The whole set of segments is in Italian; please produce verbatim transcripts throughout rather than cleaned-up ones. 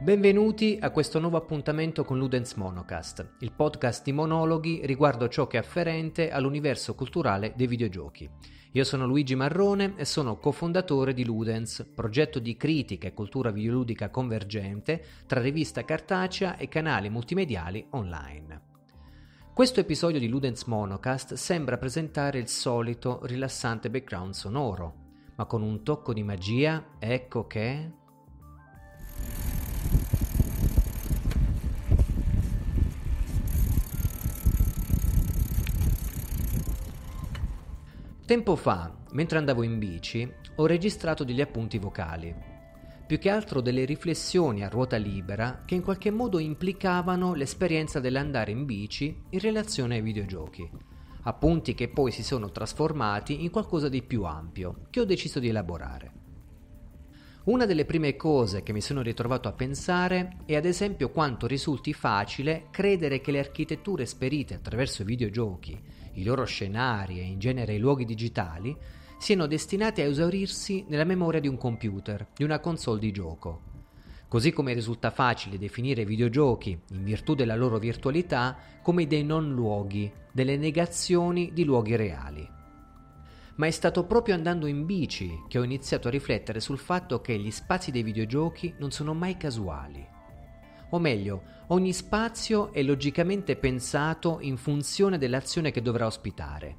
Benvenuti a questo nuovo appuntamento con Ludens Monocast, il podcast di monologhi riguardo ciò che è afferente all'universo culturale dei videogiochi. Io sono Luigi Marrone e sono cofondatore di Ludens, progetto di critica e cultura videoludica convergente tra rivista cartacea e canali multimediali online. Questo episodio di Ludens Monocast sembra presentare il solito rilassante background sonoro, ma con un tocco di magia, ecco che... Tempo fa, mentre andavo in bici, ho registrato degli appunti vocali, più che altro delle riflessioni a ruota libera che in qualche modo implicavano l'esperienza dell'andare in bici in relazione ai videogiochi, appunti che poi si sono trasformati in qualcosa di più ampio, che ho deciso di elaborare. Una delle prime cose che mi sono ritrovato a pensare è ad esempio quanto risulti facile credere che le architetture esperite attraverso i videogiochi, i loro scenari e in genere i luoghi digitali, siano destinati a esaurirsi nella memoria di un computer, di una console di gioco. Così come risulta facile definire i videogiochi, in virtù della loro virtualità, come dei non luoghi, delle negazioni di luoghi reali. Ma è stato proprio andando in bici che ho iniziato a riflettere sul fatto che gli spazi dei videogiochi non sono mai casuali. O meglio, ogni spazio è logicamente pensato in funzione dell'azione che dovrà ospitare.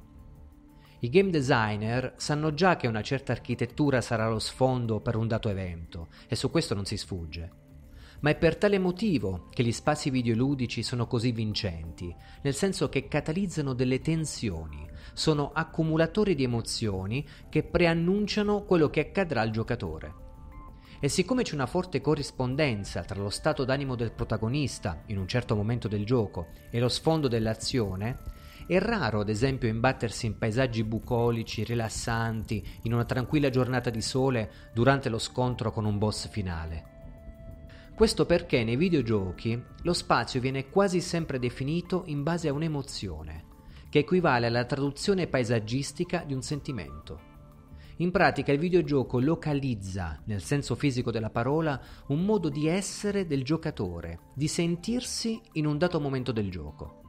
I game designer sanno già che una certa architettura sarà lo sfondo per un dato evento, e su questo non si sfugge. Ma è per tale motivo che gli spazi videoludici sono così vincenti, nel senso che catalizzano delle tensioni, sono accumulatori di emozioni che preannunciano quello che accadrà al giocatore. E siccome c'è una forte corrispondenza tra lo stato d'animo del protagonista in un certo momento del gioco e lo sfondo dell'azione, è raro ad esempio imbattersi in paesaggi bucolici, rilassanti, in una tranquilla giornata di sole durante lo scontro con un boss finale. Questo perché nei videogiochi lo spazio viene quasi sempre definito in base a un'emozione, che equivale alla traduzione paesaggistica di un sentimento. In pratica il videogioco localizza, nel senso fisico della parola, un modo di essere del giocatore, di sentirsi in un dato momento del gioco.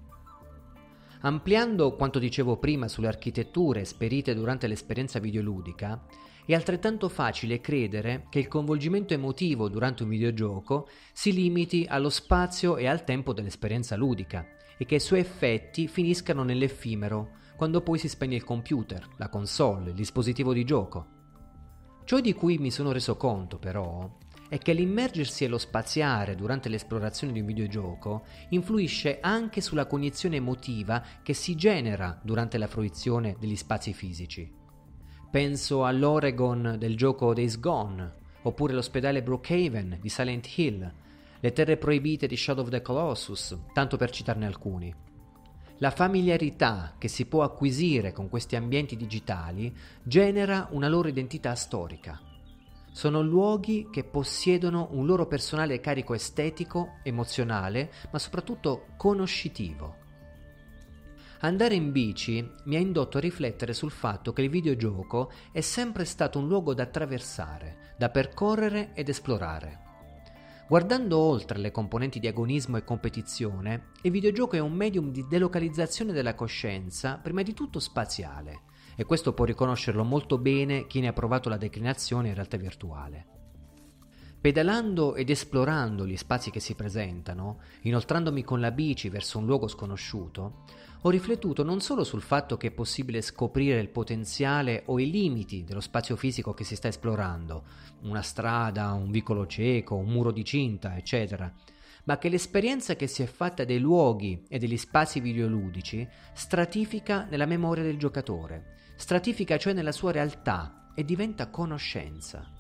Ampliando quanto dicevo prima sulle architetture esperite durante l'esperienza videoludica, è altrettanto facile credere che il coinvolgimento emotivo durante un videogioco si limiti allo spazio e al tempo dell'esperienza ludica e che i suoi effetti finiscano nell'effimero, quando poi si spegne il computer, la console, il dispositivo di gioco. Ciò di cui mi sono reso conto, però, è che l'immergersi e lo spaziare durante l'esplorazione di un videogioco influisce anche sulla cognizione emotiva che si genera durante la fruizione degli spazi fisici. Penso all'Oregon del gioco Days Gone, oppure l'ospedale Brookhaven di Silent Hill, le terre proibite di Shadow of the Colossus, tanto per citarne alcuni. La familiarità che si può acquisire con questi ambienti digitali genera una loro identità storica. Sono luoghi che possiedono un loro personale carico estetico, emozionale, ma soprattutto conoscitivo. Andare in bici mi ha indotto a riflettere sul fatto che il videogioco è sempre stato un luogo da attraversare, da percorrere ed esplorare. Guardando oltre le componenti di agonismo e competizione, il videogioco è un medium di delocalizzazione della coscienza, prima di tutto spaziale, e questo può riconoscerlo molto bene chi ne ha provato la declinazione in realtà virtuale. Pedalando ed esplorando gli spazi che si presentano, inoltrandomi con la bici verso un luogo sconosciuto, ho riflettuto non solo sul fatto che è possibile scoprire il potenziale o i limiti dello spazio fisico che si sta esplorando, una strada, un vicolo cieco, un muro di cinta, eccetera, ma che l'esperienza che si è fatta dei luoghi e degli spazi videoludici stratifica nella memoria del giocatore, stratifica cioè nella sua realtà e diventa conoscenza.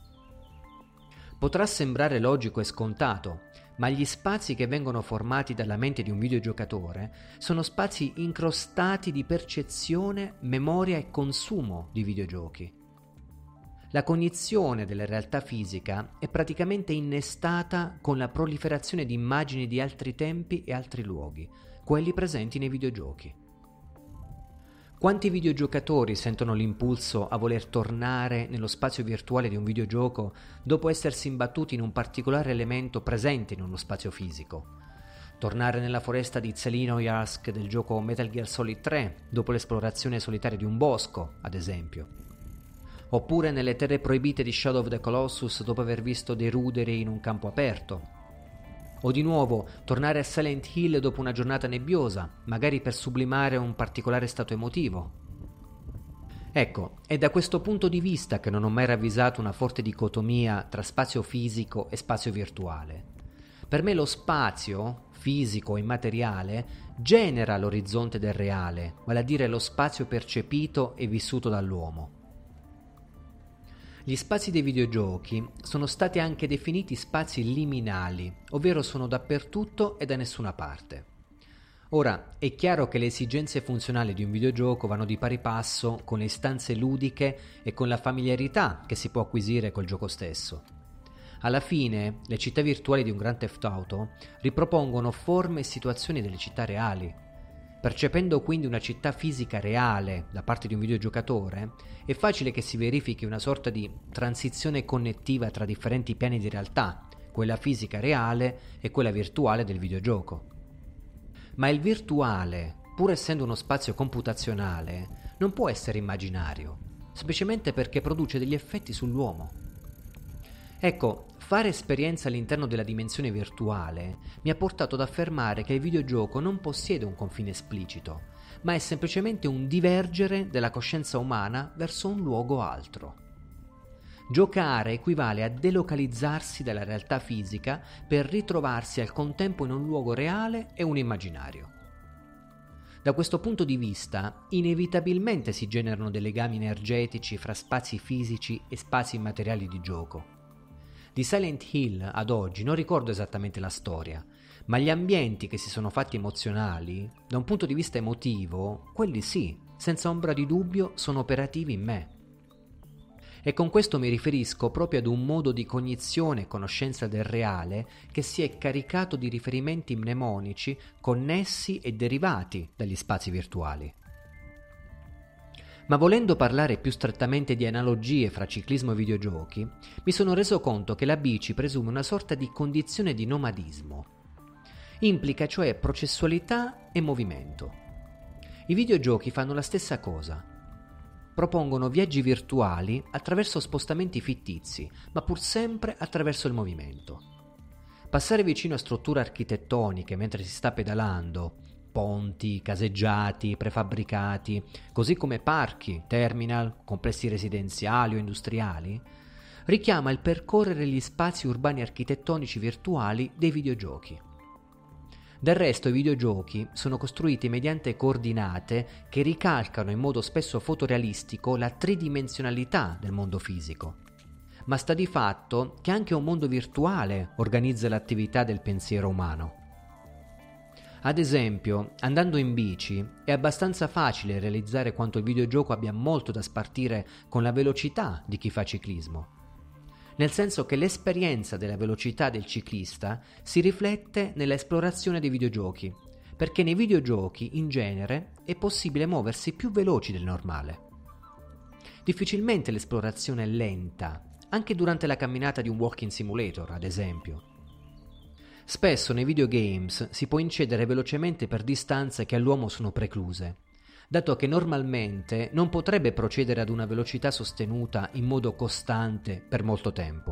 Potrà sembrare logico e scontato, ma gli spazi che vengono formati dalla mente di un videogiocatore sono spazi incrostati di percezione, memoria e consumo di videogiochi. La cognizione della realtà fisica è praticamente innestata con la proliferazione di immagini di altri tempi e altri luoghi, quelli presenti nei videogiochi. Quanti videogiocatori sentono l'impulso a voler tornare nello spazio virtuale di un videogioco dopo essersi imbattuti in un particolare elemento presente in uno spazio fisico? Tornare nella foresta di Tselinoyarsk del gioco Metal Gear Solid tre dopo l'esplorazione solitaria di un bosco, ad esempio. Oppure nelle terre proibite di Shadow of the Colossus dopo aver visto dei ruderi in un campo aperto. O di nuovo tornare a Silent Hill dopo una giornata nebbiosa, magari per sublimare un particolare stato emotivo. Ecco, è da questo punto di vista che non ho mai ravvisato una forte dicotomia tra spazio fisico e spazio virtuale. Per me lo spazio, fisico e immateriale, genera l'orizzonte del reale, vale a dire lo spazio percepito e vissuto dall'uomo. Gli spazi dei videogiochi sono stati anche definiti spazi liminali, ovvero sono dappertutto e da nessuna parte. Ora, è chiaro che le esigenze funzionali di un videogioco vanno di pari passo con le istanze ludiche e con la familiarità che si può acquisire col gioco stesso. Alla fine, le città virtuali di un Grand Theft Auto ripropongono forme e situazioni delle città reali. Percependo quindi una città fisica reale da parte di un videogiocatore, è facile che si verifichi una sorta di transizione connettiva tra differenti piani di realtà, quella fisica reale e quella virtuale del videogioco. Ma il virtuale, pur essendo uno spazio computazionale, non può essere immaginario, semplicemente perché produce degli effetti sull'uomo. Ecco, fare esperienza all'interno della dimensione virtuale mi ha portato ad affermare che il videogioco non possiede un confine esplicito, ma è semplicemente un divergere della coscienza umana verso un luogo altro. Giocare equivale a delocalizzarsi dalla realtà fisica per ritrovarsi al contempo in un luogo reale e un immaginario. Da questo punto di vista, inevitabilmente si generano dei legami energetici fra spazi fisici e spazi immateriali di gioco. Di Silent Hill ad oggi non ricordo esattamente la storia, ma gli ambienti che si sono fatti emozionali, da un punto di vista emotivo, quelli sì, senza ombra di dubbio, sono operativi in me. E con questo mi riferisco proprio ad un modo di cognizione e conoscenza del reale che si è caricato di riferimenti mnemonici connessi e derivati dagli spazi virtuali. Ma volendo parlare più strettamente di analogie fra ciclismo e videogiochi, mi sono reso conto che la bici presume una sorta di condizione di nomadismo. Implica cioè processualità e movimento. I videogiochi fanno la stessa cosa. Propongono viaggi virtuali attraverso spostamenti fittizi, ma pur sempre attraverso il movimento. Passare vicino a strutture architettoniche mentre si sta pedalando, ponti, caseggiati, prefabbricati, così come parchi, terminal, complessi residenziali o industriali, richiama il percorrere gli spazi urbani architettonici virtuali dei videogiochi. Del resto i videogiochi sono costruiti mediante coordinate che ricalcano in modo spesso fotorealistico la tridimensionalità del mondo fisico. Ma sta di fatto che anche un mondo virtuale organizza l'attività del pensiero umano. Ad esempio, andando in bici è abbastanza facile realizzare quanto il videogioco abbia molto da spartire con la velocità di chi fa ciclismo. Nel senso che l'esperienza della velocità del ciclista si riflette nella esplorazione dei videogiochi, perché nei videogiochi, in genere, è possibile muoversi più veloci del normale. Difficilmente l'esplorazione è lenta, anche durante la camminata di un walking simulator, ad esempio. Spesso nei videogames si può incedere velocemente per distanze che all'uomo sono precluse, dato che normalmente non potrebbe procedere ad una velocità sostenuta in modo costante per molto tempo.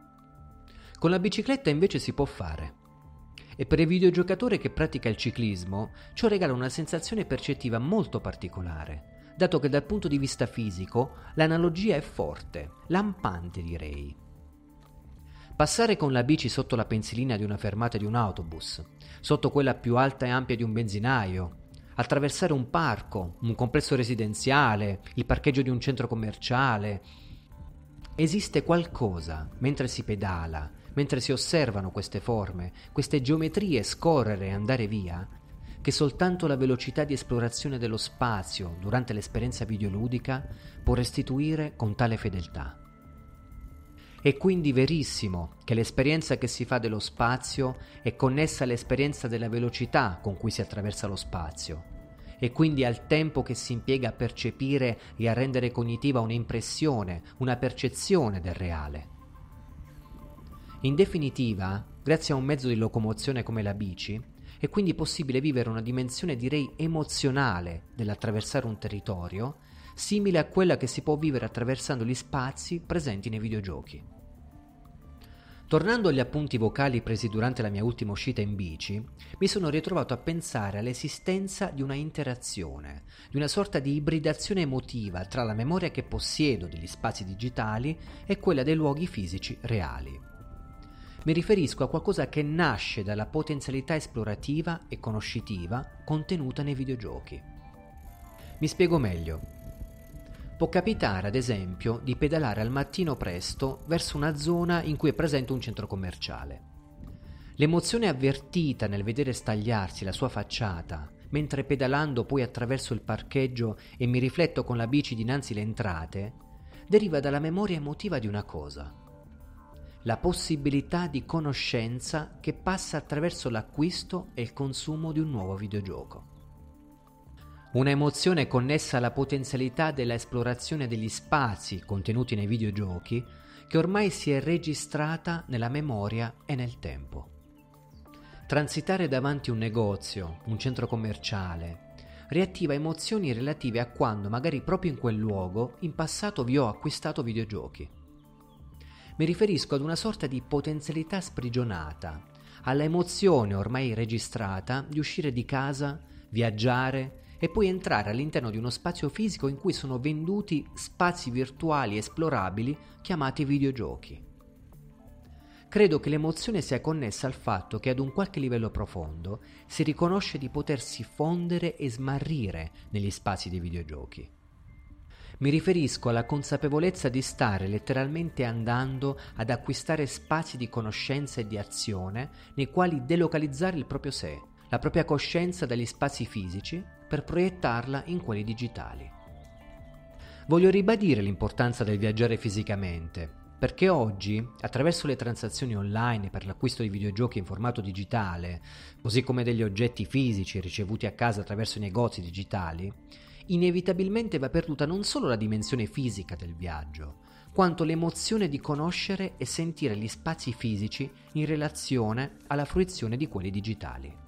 Con la bicicletta invece si può fare. E per il videogiocatore che pratica il ciclismo, ciò regala una sensazione percettiva molto particolare, dato che dal punto di vista fisico l'analogia è forte, lampante direi. Passare con la bici sotto la pensilina di una fermata di un autobus, sotto quella più alta e ampia di un benzinaio, attraversare un parco, un complesso residenziale, il parcheggio di un centro commerciale. Esiste qualcosa, mentre si pedala, mentre si osservano queste forme, queste geometrie scorrere e andare via, che soltanto la velocità di esplorazione dello spazio durante l'esperienza videoludica può restituire con tale fedeltà. È quindi verissimo che l'esperienza che si fa dello spazio è connessa all'esperienza della velocità con cui si attraversa lo spazio, e quindi al tempo che si impiega a percepire e a rendere cognitiva un'impressione, una percezione del reale. In definitiva, grazie a un mezzo di locomozione come la bici, è quindi possibile vivere una dimensione, direi, emozionale dell'attraversare un territorio, simile a quella che si può vivere attraversando gli spazi presenti nei videogiochi. Tornando agli appunti vocali presi durante la mia ultima uscita in bici, mi sono ritrovato a pensare all'esistenza di una interazione, di una sorta di ibridazione emotiva tra la memoria che possiedo degli spazi digitali e quella dei luoghi fisici reali. Mi riferisco a qualcosa che nasce dalla potenzialità esplorativa e conoscitiva contenuta nei videogiochi. Mi spiego meglio. Può capitare, ad esempio, di pedalare al mattino presto verso una zona in cui è presente un centro commerciale. L'emozione avvertita nel vedere stagliarsi la sua facciata, mentre pedalando poi attraverso il parcheggio e mi rifletto con la bici dinanzi le entrate, deriva dalla memoria emotiva di una cosa: la possibilità di conoscenza che passa attraverso l'acquisto e il consumo di un nuovo videogioco. Una emozione connessa alla potenzialità della esplorazione degli spazi contenuti nei videogiochi che ormai si è registrata nella memoria e nel tempo. Transitare davanti un negozio, un centro commerciale, riattiva emozioni relative a quando magari proprio in quel luogo in passato vi ho acquistato videogiochi. Mi riferisco ad una sorta di potenzialità sprigionata, alla emozione ormai registrata di uscire di casa, viaggiare e poi entrare all'interno di uno spazio fisico in cui sono venduti spazi virtuali esplorabili chiamati videogiochi. Credo che l'emozione sia connessa al fatto che ad un qualche livello profondo si riconosce di potersi fondere e smarrire negli spazi dei videogiochi. Mi riferisco alla consapevolezza di stare letteralmente andando ad acquistare spazi di conoscenza e di azione nei quali delocalizzare il proprio sé, la propria coscienza dagli spazi fisici per proiettarla in quelli digitali. Voglio ribadire l'importanza del viaggiare fisicamente, perché oggi, attraverso le transazioni online per l'acquisto di videogiochi in formato digitale, così come degli oggetti fisici ricevuti a casa attraverso i negozi digitali, inevitabilmente va perduta non solo la dimensione fisica del viaggio, quanto l'emozione di conoscere e sentire gli spazi fisici in relazione alla fruizione di quelli digitali.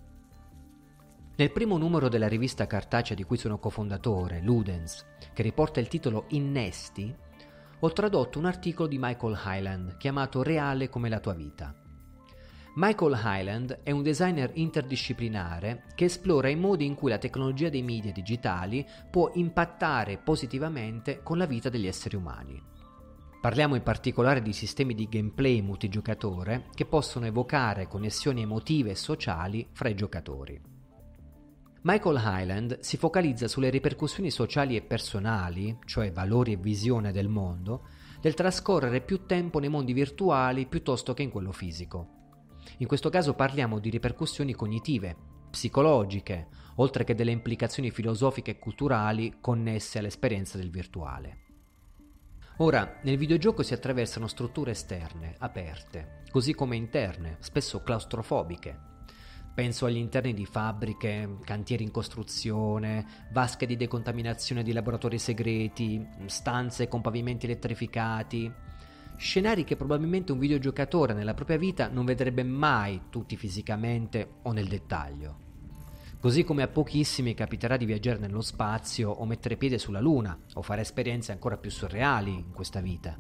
Nel primo numero della rivista cartacea di cui sono cofondatore, Ludens, che riporta il titolo Innesti, ho tradotto un articolo di Michael Hyland chiamato Reale come la tua vita. Michael Hyland è un designer interdisciplinare che esplora i modi in cui la tecnologia dei media digitali può impattare positivamente con la vita degli esseri umani. Parliamo in particolare di sistemi di gameplay multigiocatore che possono evocare connessioni emotive e sociali fra i giocatori. Michael Hyland si focalizza sulle ripercussioni sociali e personali, cioè valori e visione del mondo, del trascorrere più tempo nei mondi virtuali piuttosto che in quello fisico. In questo caso parliamo di ripercussioni cognitive, psicologiche, oltre che delle implicazioni filosofiche e culturali connesse all'esperienza del virtuale. Ora, nel videogioco si attraversano strutture esterne, aperte, così come interne, spesso claustrofobiche. Penso agli interni di fabbriche, cantieri in costruzione, vasche di decontaminazione di laboratori segreti, stanze con pavimenti elettrificati. Scenari che probabilmente un videogiocatore nella propria vita non vedrebbe mai tutti fisicamente o nel dettaglio. Così come a pochissimi capiterà di viaggiare nello spazio o mettere piede sulla Luna o fare esperienze ancora più surreali in questa vita.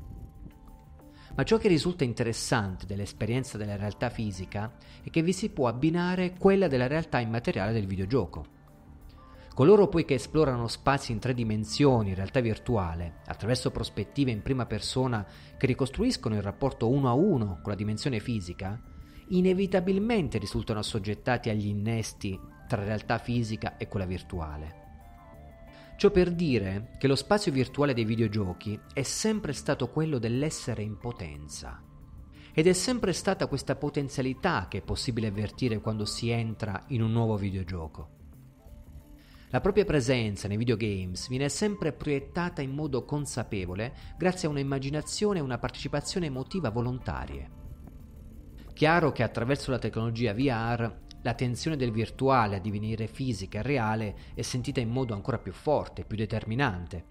Ma ciò che risulta interessante dell'esperienza della realtà fisica è che vi si può abbinare quella della realtà immateriale del videogioco. Coloro poi che esplorano spazi in tre dimensioni in realtà virtuale, attraverso prospettive in prima persona che ricostruiscono il rapporto uno a uno con la dimensione fisica, inevitabilmente risultano assoggettati agli innesti tra realtà fisica e quella virtuale. Ciò per dire che lo spazio virtuale dei videogiochi è sempre stato quello dell'essere in potenza. Ed è sempre stata questa potenzialità che è possibile avvertire quando si entra in un nuovo videogioco. La propria presenza nei videogames viene sempre proiettata in modo consapevole grazie a una immaginazione e una partecipazione emotiva volontarie. Chiaro che attraverso la tecnologia V R la tensione del virtuale a divenire fisica e reale è sentita in modo ancora più forte, più determinante.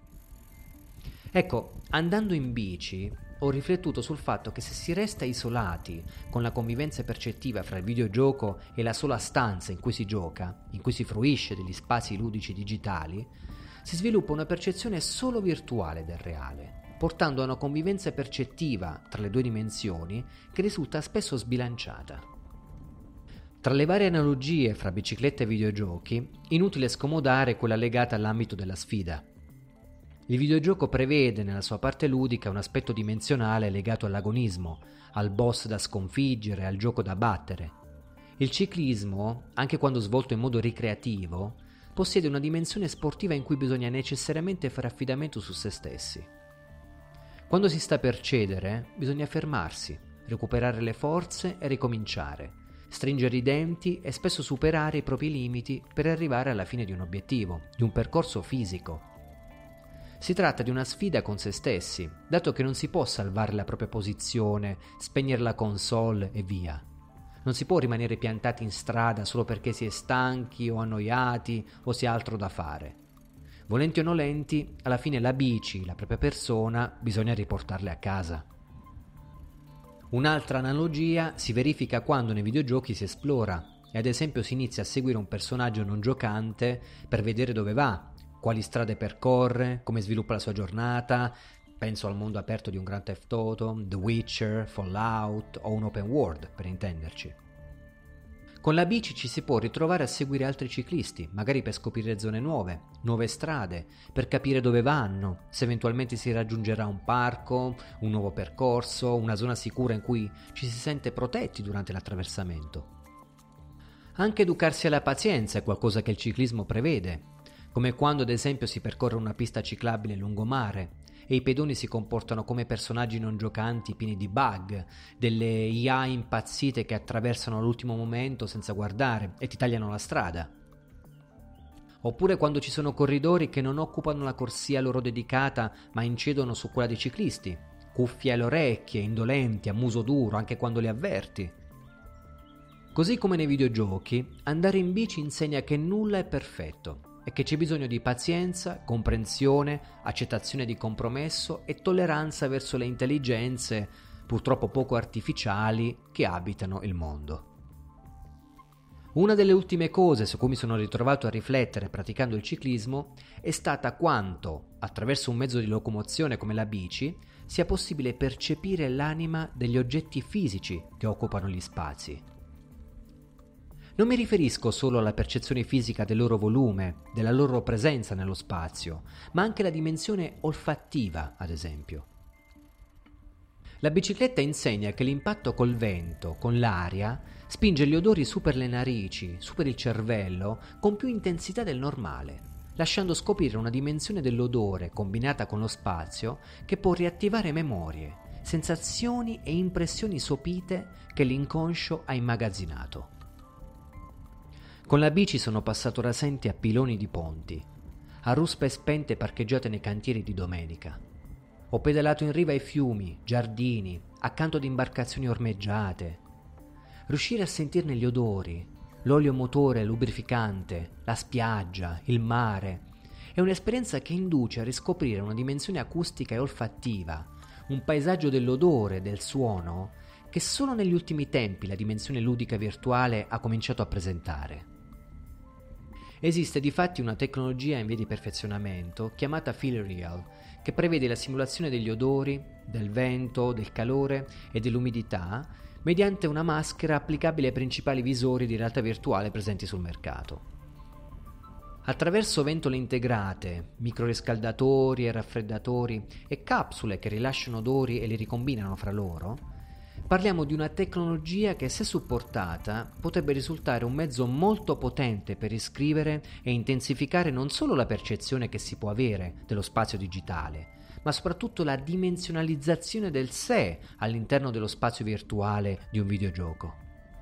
Ecco, andando in bici ho riflettuto sul fatto che se si resta isolati con la convivenza percettiva fra il videogioco e la sola stanza in cui si gioca, in cui si fruisce degli spazi ludici digitali, si sviluppa una percezione solo virtuale del reale, portando a una convivenza percettiva tra le due dimensioni che risulta spesso sbilanciata. Tra le varie analogie fra bicicletta e videogiochi, inutile scomodare quella legata all'ambito della sfida. Il videogioco prevede nella sua parte ludica un aspetto dimensionale legato all'agonismo, al boss da sconfiggere, al gioco da battere. Il ciclismo, anche quando svolto in modo ricreativo, possiede una dimensione sportiva in cui bisogna necessariamente fare affidamento su se stessi. Quando si sta per cedere, bisogna fermarsi, recuperare le forze e ricominciare, stringere i denti e spesso superare i propri limiti per arrivare alla fine di un obiettivo, di un percorso fisico. Si tratta di una sfida con se stessi, dato che non si può salvare la propria posizione, spegnere la console e via. Non si può rimanere piantati in strada solo perché si è stanchi o annoiati o si ha altro da fare. Volenti o nolenti, alla fine la bici, la propria persona, bisogna riportarle a casa. Un'altra analogia si verifica quando nei videogiochi si esplora e ad esempio si inizia a seguire un personaggio non giocante per vedere dove va, quali strade percorre, come sviluppa la sua giornata. Penso al mondo aperto di un Grand Theft Auto, The Witcher, Fallout o un open world, per intenderci. Con la bici ci si può ritrovare a seguire altri ciclisti, magari per scoprire zone nuove, nuove strade, per capire dove vanno, se eventualmente si raggiungerà un parco, un nuovo percorso, una zona sicura in cui ci si sente protetti durante l'attraversamento. Anche educarsi alla pazienza è qualcosa che il ciclismo prevede, come quando ad esempio si percorre una pista ciclabile lungomare e i pedoni si comportano come personaggi non giocanti pieni di bug, delle I A impazzite che attraversano all'ultimo momento senza guardare e ti tagliano la strada. Oppure quando ci sono corridori che non occupano la corsia loro dedicata ma incidono su quella dei ciclisti, cuffie alle orecchie, indolenti, a muso duro anche quando li avverti. Così come nei videogiochi, andare in bici insegna che nulla è perfetto e che c'è bisogno di pazienza, comprensione, accettazione di compromesso e tolleranza verso le intelligenze, purtroppo poco artificiali, che abitano il mondo. Una delle ultime cose su cui mi sono ritrovato a riflettere praticando il ciclismo è stata quanto, attraverso un mezzo di locomozione come la bici, sia possibile percepire l'anima degli oggetti fisici che occupano gli spazi. Non mi riferisco solo alla percezione fisica del loro volume, della loro presenza nello spazio, ma anche alla dimensione olfattiva, ad esempio. La bicicletta insegna che l'impatto col vento, con l'aria, spinge gli odori su per le narici, su per il cervello, con più intensità del normale, lasciando scoprire una dimensione dell'odore combinata con lo spazio che può riattivare memorie, sensazioni e impressioni sopite che l'inconscio ha immagazzinato. Con la bici sono passato rasente a piloni di ponti, a ruspe spente parcheggiate nei cantieri di domenica. Ho pedalato in riva ai fiumi, giardini, accanto ad imbarcazioni ormeggiate. Riuscire a sentirne gli odori, l'olio motore lubrificante, la spiaggia, il mare, è un'esperienza che induce a riscoprire una dimensione acustica e olfattiva, un paesaggio dell'odore, del suono, che solo negli ultimi tempi la dimensione ludica virtuale ha cominciato a presentare. Esiste difatti una tecnologia in via di perfezionamento chiamata Feel Real, che prevede la simulazione degli odori, del vento, del calore e dell'umidità mediante una maschera applicabile ai principali visori di realtà virtuale presenti sul mercato. Attraverso ventole integrate, microriscaldatori e raffreddatori e capsule che rilasciano odori e li ricombinano fra loro, parliamo di una tecnologia che, se supportata, potrebbe risultare un mezzo molto potente per riscrivere e intensificare non solo la percezione che si può avere dello spazio digitale, ma soprattutto la dimensionalizzazione del sé all'interno dello spazio virtuale di un videogioco.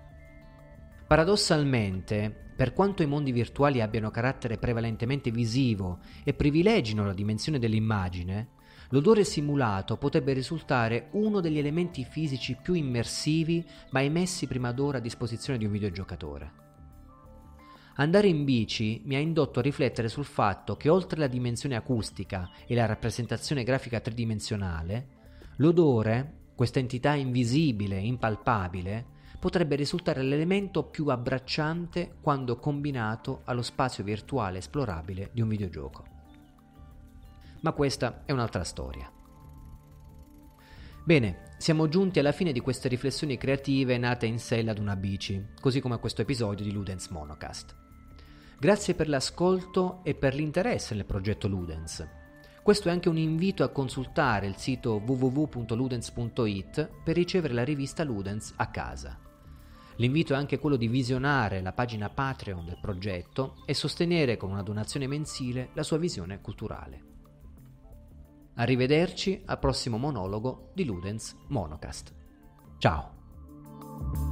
Paradossalmente, per quanto i mondi virtuali abbiano carattere prevalentemente visivo e privilegino la dimensione dell'immagine, l'odore simulato potrebbe risultare uno degli elementi fisici più immersivi mai messi prima d'ora a disposizione di un videogiocatore. Andare in bici mi ha indotto a riflettere sul fatto che oltre la dimensione acustica e la rappresentazione grafica tridimensionale, l'odore, questa entità invisibile e impalpabile, potrebbe risultare l'elemento più abbracciante quando combinato allo spazio virtuale esplorabile di un videogioco. Ma questa è un'altra storia. Bene, siamo giunti alla fine di queste riflessioni creative nate in sella ad una bici, così come questo episodio di Ludens Monocast. Grazie per l'ascolto e per l'interesse nel progetto Ludens. Questo è anche un invito a consultare il sito w w w punto ludens punto i t per ricevere la rivista Ludens a casa. L'invito è anche quello di visionare la pagina Patreon del progetto e sostenere con una donazione mensile la sua visione culturale. Arrivederci al prossimo monologo di Ludens Monocast. Ciao!